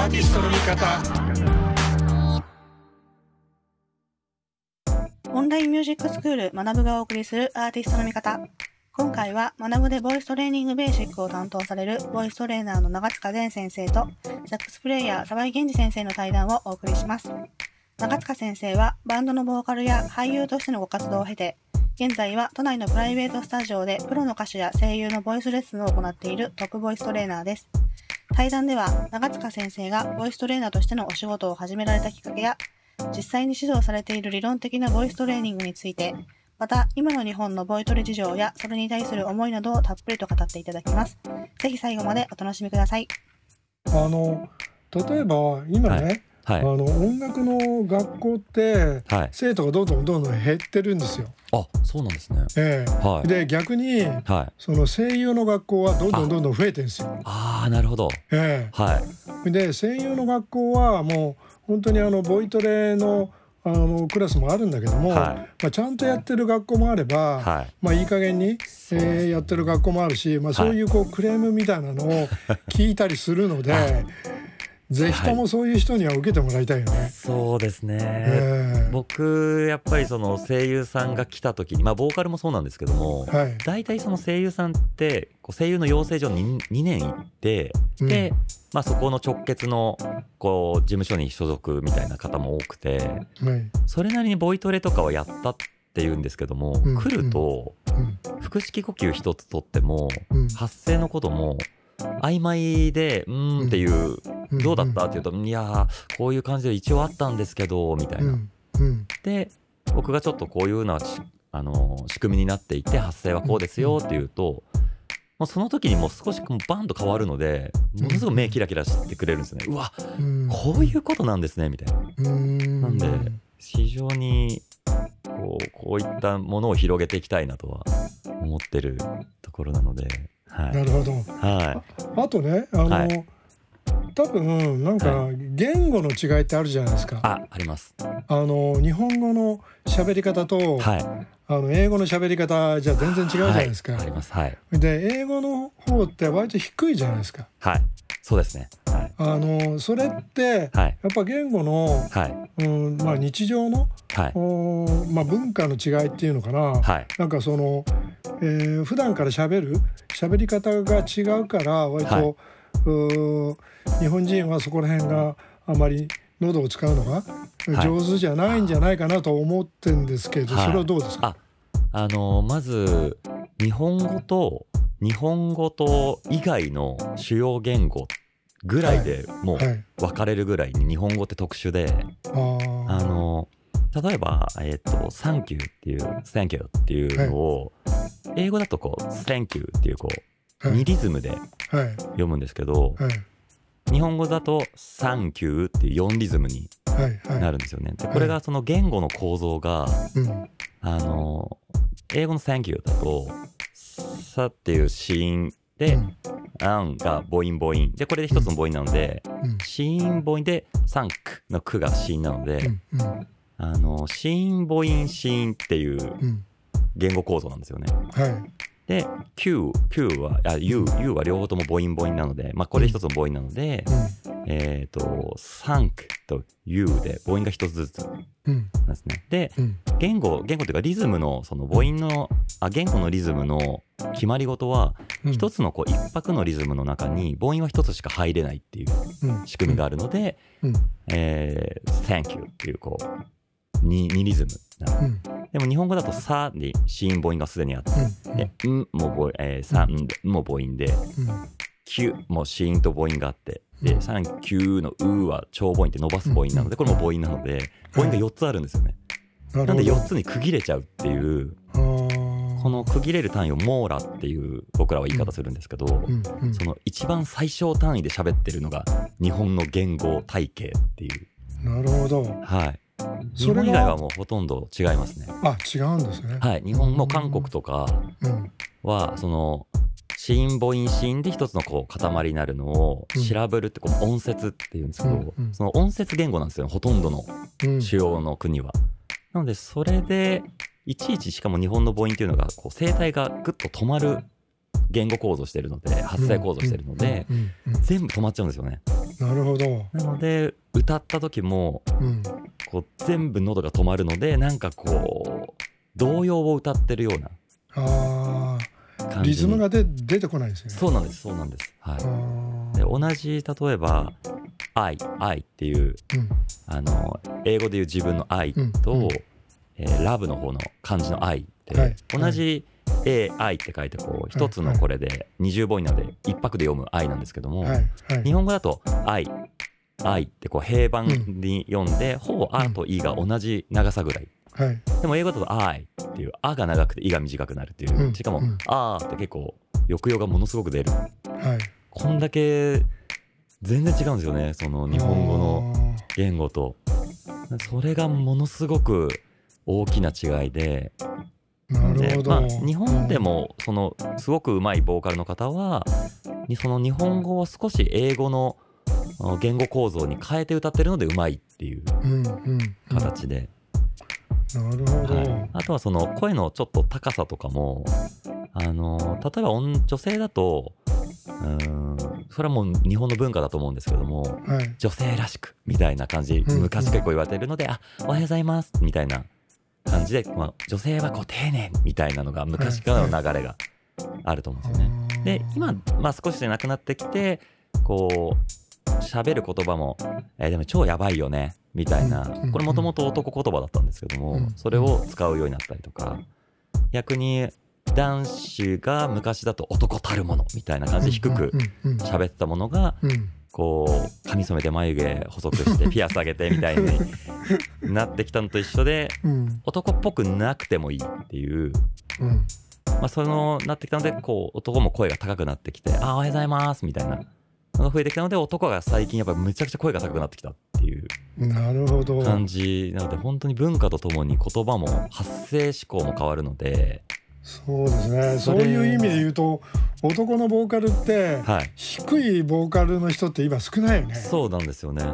ーティストの味方。 オンラインミュージックスクール学ぶがお送りするアーティストの味方。今回は学ぶでボイストレーニングベーシックを担当されるボイストレーナーの長塚善先生とサックスプレイヤー沢井源氏先生の対談をお送りします。長塚先生はバンドのボーカルや俳優としてのご活動を経て、現在は都内のプライベートスタジオでプロの歌手や声優のボイスレッスンを行っているトップボイストレーナーです。対談では長塚先生がボイストレーナーとしてのお仕事を始められたきっかけや、実際に指導されている理論的なボイストレーニングについて、また今の日本のボイトレ事情やそれに対する思いなどをたっぷりと語っていただきます。ぜひ最後までお楽しみください。 例えば今ね、音楽の学校って、生徒がどんどん減ってるんですよ。 あ、そうなんですね。 で逆に、その声優の学校はどんどん増えてるんですよ。 なるほど。 で声優の学校はもう本当にボイトレのクラスもあるんだけども、ちゃんとやってる学校もあれば、いい加減に、やってる学校もあるし、そういうクレームみたいなのを聞いたりするので、ぜひともそういう人には受けてもらいたいよね。 そうですね。僕やっぱりその声優さんが来た時に、ボーカルもそうなんですけども、大体その声優さんって声優の養成所に2年行って、でそこの直結の事務所に所属みたいな方も多くて、それなりにボイトレとかはやったっていうんですけども、来ると腹式呼吸一つとっても発声のことも曖昧でっていうどうだったって言うと、いやこういう感じで一応あったんですけどみたいな。で僕がちょっとこういうような仕組みになっていて発声はこうですよっていうと、もうその時にもう少しバンと変わるので、ものすごく目キラキラしてくれるんですよね。うわ、こういうことなんですねみたいな。なんで非常にこういったものを広げていきたいなとは思ってるところなので。 なるほど。あとね、多分なんか言語の違いってあるじゃないですか。 あります。 日本語の喋り方と、英語の喋り方じゃ全然違うじゃないですか。 あります。 で英語の方って割と低いじゃないですか。 そうですね。 それってやっぱ言語の、日常の、文化の違いっていうのかな。なんかその、普段から喋り方が違うから割と、日本人はそこら辺があまり喉を使うのが上手じゃないんじゃないかなと思ってるんですけど、それはどうですか？ まず日本語と以外の主要言語ぐらいでもう分かれるぐらいに日本語って特殊で、例えばサンキューっていうThank youっていうのを英語だとThank youっていう2リズムで読むんですけど、日本語だとサンキューっていう4リズムになるんですよね。でこれがその言語の構造が、英語のThank youだとさっていう子音で、アンが母音でこれで一つの母音なので、子音母音でサンクのクが子音なので、子音母音子音っていう言語構造なんですよね。で Q はU は両方とも母音なので、これ一つの母音なので、サンクと U で母音が一つずつなんですね。で、言語っていうかリズムのその言語のリズムの決まり事は一つの一拍のリズムの中に母音は一つしか入れないっていう仕組みがあるので、Thank you っていう2リズムなの。でも日本語だとさに子音母音がすでにあって、さも母音で、きも子音と母音があって、でさらに9のうは長母音って伸ばす母音なので、これも母音なので母音が4つあるんですよね。なんで4つに区切れちゃうっていう、この区切れる単位を網羅っていう僕らは言い方するんですけど、その一番最小単位で喋ってるのが日本の言語体系っていう。 なるほど。 日本以外はもうほとんど違いますね。 違うんですね。 日本も韓国とかはその子音母音子音で一つの塊になるのをシラブルって音節っていうんですけど、その音節言語なんですよ、ほとんどの主要の国は。なのでそれでいちいち、しかも日本の母音っていうのが声帯がグッと止まる言語構造してるので、発声構造してるので全部止まっちゃうんですよね。 なるほど。 なので歌った時も、こう全部喉が止まるので、なんかこう童謡を歌ってるような感じ。 リズムが出てこないですよね。 そうなんです、そうなんです。はい。で同じ例えばI っていう、英語でいう自分の愛と、ラブの方の漢字の愛って、同じ AI って書いてこう一つのこれで20母音なので一拍で読む愛なんですけども、日本語だと愛ってこう平板に読んで、ほぼあといが同じ長さぐらい。でも英語だと I っていうあが長くていが短くなるっていう、しかもあって結構抑揚がものすごく出る。こんだけ全然違うんですよね、その日本語の言語と。それがものすごく大きな違いで、日本でもそのすごく上手いボーカルの方はその日本語を少し英語の言語構造に変えて歌ってるので上手いっていう形で。 なるほど。 あとはその声のちょっと高さとかも、例えば女性だとそれはもう日本の文化だと思うんですけども、女性らしくみたいな感じ、昔結構言われてるので、おはようございますみたいな感じで、女性はこう丁寧みたいなのが昔からの流れがあると思うんですよね。で今、少しでなくなってきて、こう喋る言葉も、でも超やばいよねみたいな、これもともと男言葉だったんですけども、それを使うようになったりとか、逆に男子が昔だと男たるものみたいな感じで低く喋ってたものが、こう髪染めて眉毛細くしてピアス上げてみたいになってきたのと一緒で、男っぽくなくてもいいっていう、そのなってきたので、こう男も声が高くなってきて、おはようございますみたいなのが増えてきたので、男が最近やっぱりめちゃくちゃ声が高くなってきたっていう感じなので、本当に文化とともに言葉も発声思考も変わるので。 そうですね。そういう意味で言うと、男のボーカルって、低いボーカルの人って今少ないよね。 そうなんですよね。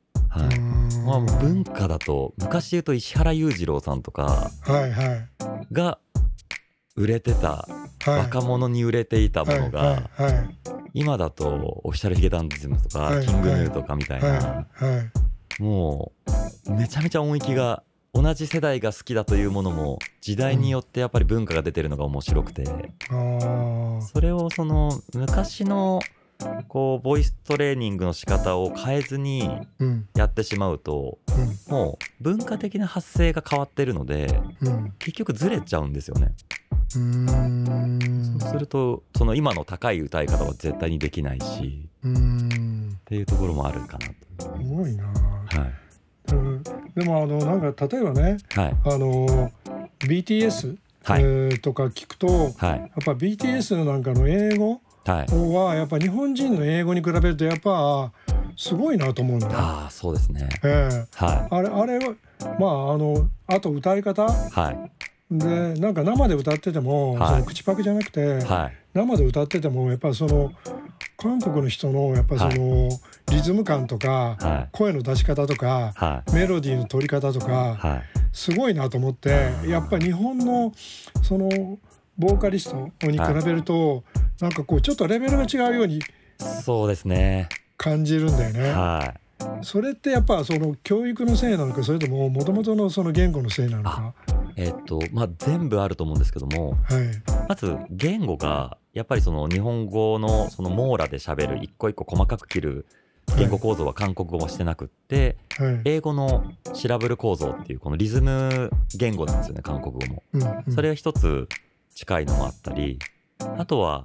文化だと昔言うと石原裕次郎さんとかが売れてた、若者に売れていたものが、今だとオフィシャルヒゲダンディズムとか、キングヌーとかみたいな、もうめちゃめちゃ音域が、同じ世代が好きだというものも時代によってやっぱり文化が出てるのが面白くて、それをその昔のこうボイストレーニングの仕方を変えずにやってしまうと、もう文化的な発声が変わってるので、結局ずれちゃうんですよね。そうするとその今の高い歌い方は絶対にできないしっていうところもあるかなと。 すごいな。でもなんか例えばね、BTS、とか聞くと、やっぱ BTS なんかの英語はやっぱ日本人の英語に比べるとやっぱすごいなと思うんだ。 そうですね。 あれはあと歌い方、でなんか生で歌ってても、その口パクじゃなくて、生で歌っててもやっぱその韓国の人のやっぱそのリズム感とか、声の出し方とか、メロディーの取り方とか、すごいなと思って、やっぱり日本のそのボーカリストに比べると、なんかこうちょっとレベルが違うようにそうですね感じるんだよね。それってやっぱその教育のせいなのか、それとも元々のその言語のせいなのか。 全部あると思うんですけども、まず言語がやっぱりその日本語のその網羅で喋る一個一個細かく切る言語構造は韓国語はしてなくって、英語のシラブル構造っていうこのリズム言語なんですよね、韓国語も。それは一つ近いのもあったり、あとは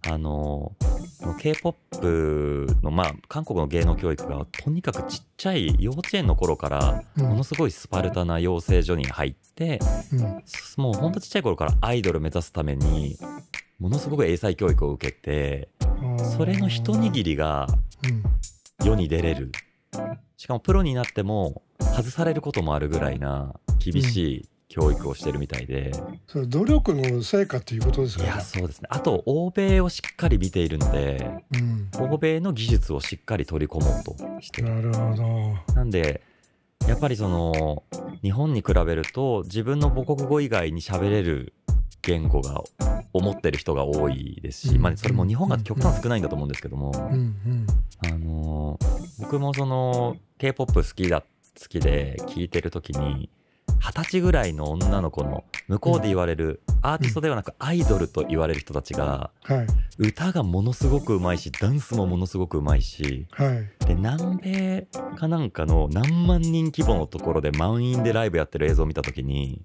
K-POP の韓国の芸能教育がとにかくちっちゃい幼稚園の頃からものすごいスパルタな養成所に入って、もうほんとちっちゃい頃からアイドル目指すためにものすごく英才教育を受けて、それの一握りが世に出れる、しかもプロになっても外されることもあるぐらいな厳しい教育をしてるみたいで、 それ努力の成果っていうことですかね。 いやそうですね。あと欧米をしっかり見ているので、欧米の技術をしっかり取り込もうとしてる。 なるほど。 なんでやっぱりその日本に比べると自分の母国語以外に喋れる言語が思ってる人が多いですし、まあ、それも日本が極端少ないんだと思うんですけども、僕もその K-POP 好きで聴いてる時に20歳ぐらいの女の子の向こうで言われるアーティストではなくアイドルと言われる人たちが歌がものすごくうまいしダンスもものすごくうまいし、で南米かなんかの何万人規模のところで満員でライブやってる映像を見た時に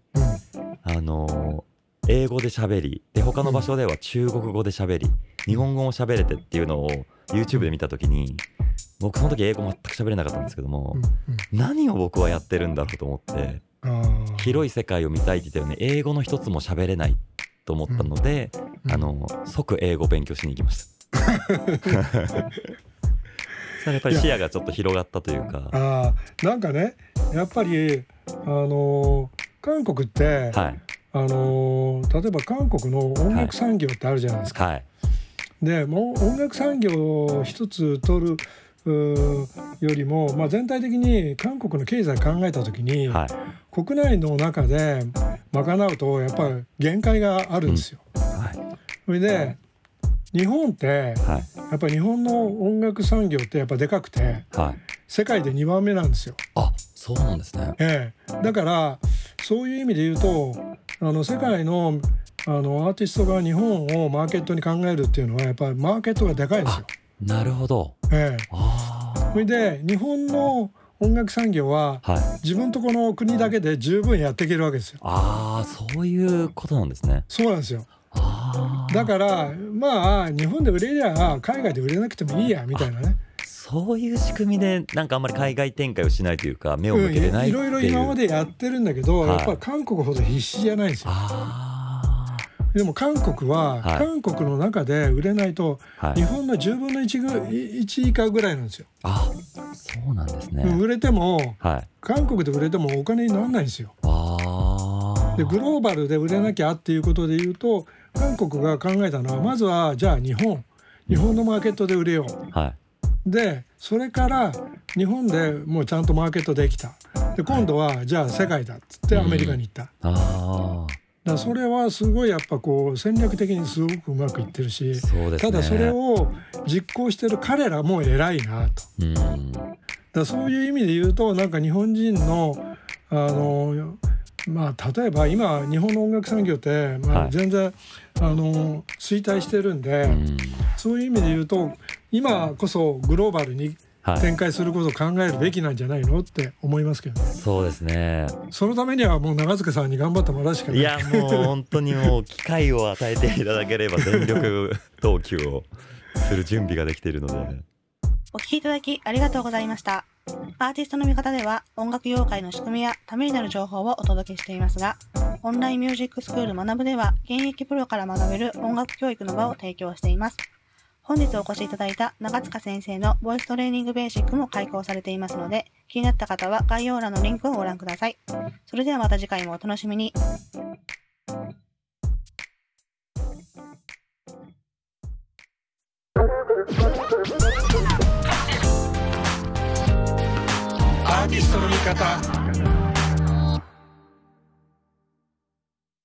英語で喋りで他の場所では中国語で喋り日本語も喋れてっていうのを YouTube で見た時に僕その時英語全く喋れなかったんですけども、何を僕はやってるんだろうと思って広い世界を見たいって言ったよね。英語の一つも喋れないと思ったので、即英語勉強しに行きましたそれやっぱり視野がちょっと広がったというか。 なんかねやっぱり韓国って、例えば韓国の音楽産業ってあるじゃないですか、でもう音楽産業を一つ取るよりも、まあ、全体的に韓国の経済考えた時に、国内の中で賄うとやっぱり限界があるんですよ。それで日本って、やっぱり日本の音楽産業ってやっぱでかくて、世界で2番目なんですよ。 そうなんですね。 だからそういう意味で言うと世界のアーティストが日本をマーケットに考えるっていうのはやっぱりマーケットがでかいですよ。 なるほど。 それで日本の音楽産業は自分とこの国だけで十分やっていけるわけですよ。 そういうことなんですね。 そうなんですよ。だからまあ日本で売れりゃ海外で売れなくてもいいやみたいなね。 そういう仕組みでなんかあんまり海外展開をしないというか目を向けてないっていう、 いろいろ今までやってるんだけど、やっぱり韓国ほど必死じゃないんですよ。でも韓国は、韓国の中で売れないと、日本の10分の1以下ぐらいなんですよ。 そうなんですね。 売れても、韓国で売れてもお金にならないんですよ。でグローバルで売れなきゃっていうことで言うと韓国が考えたのはまずはじゃあ日本のマーケットで売れよう。でそれから日本でもうちゃんとマーケットできた。で今度はじゃあ世界だっつってアメリカに行った。だそれはすごいやっぱこう戦略的にすごくうまくいってるし、ただそれを実行してる彼らも偉いなと。だそういう意味で言うとなんか日本人のまあ例えば今日本の音楽産業って全然衰退してるんで、そういう意味で言うと今こそグローバルに展開することを考えるべきなんじゃないのって思いますけどね。 そうですね。 そのためにはもう長塚さんに頑張ってもらうしかない。 いやもう本当にもう機会を与えていただければ全力投球をする準備ができているので。 お聞きいただきありがとうございました。アーティストの見方では音楽業界の仕組みやためになる情報をお届けしていますが、オンラインミュージックスクール学ぶでは現役プロから学べる音楽教育の場を提供しています。本日お越しいただいた長塚先生のボイストレーニングベーシックも開講されていますので、気になった方は概要欄のリンクをご覧ください。それではまた次回もお楽しみに。 アーティストの見方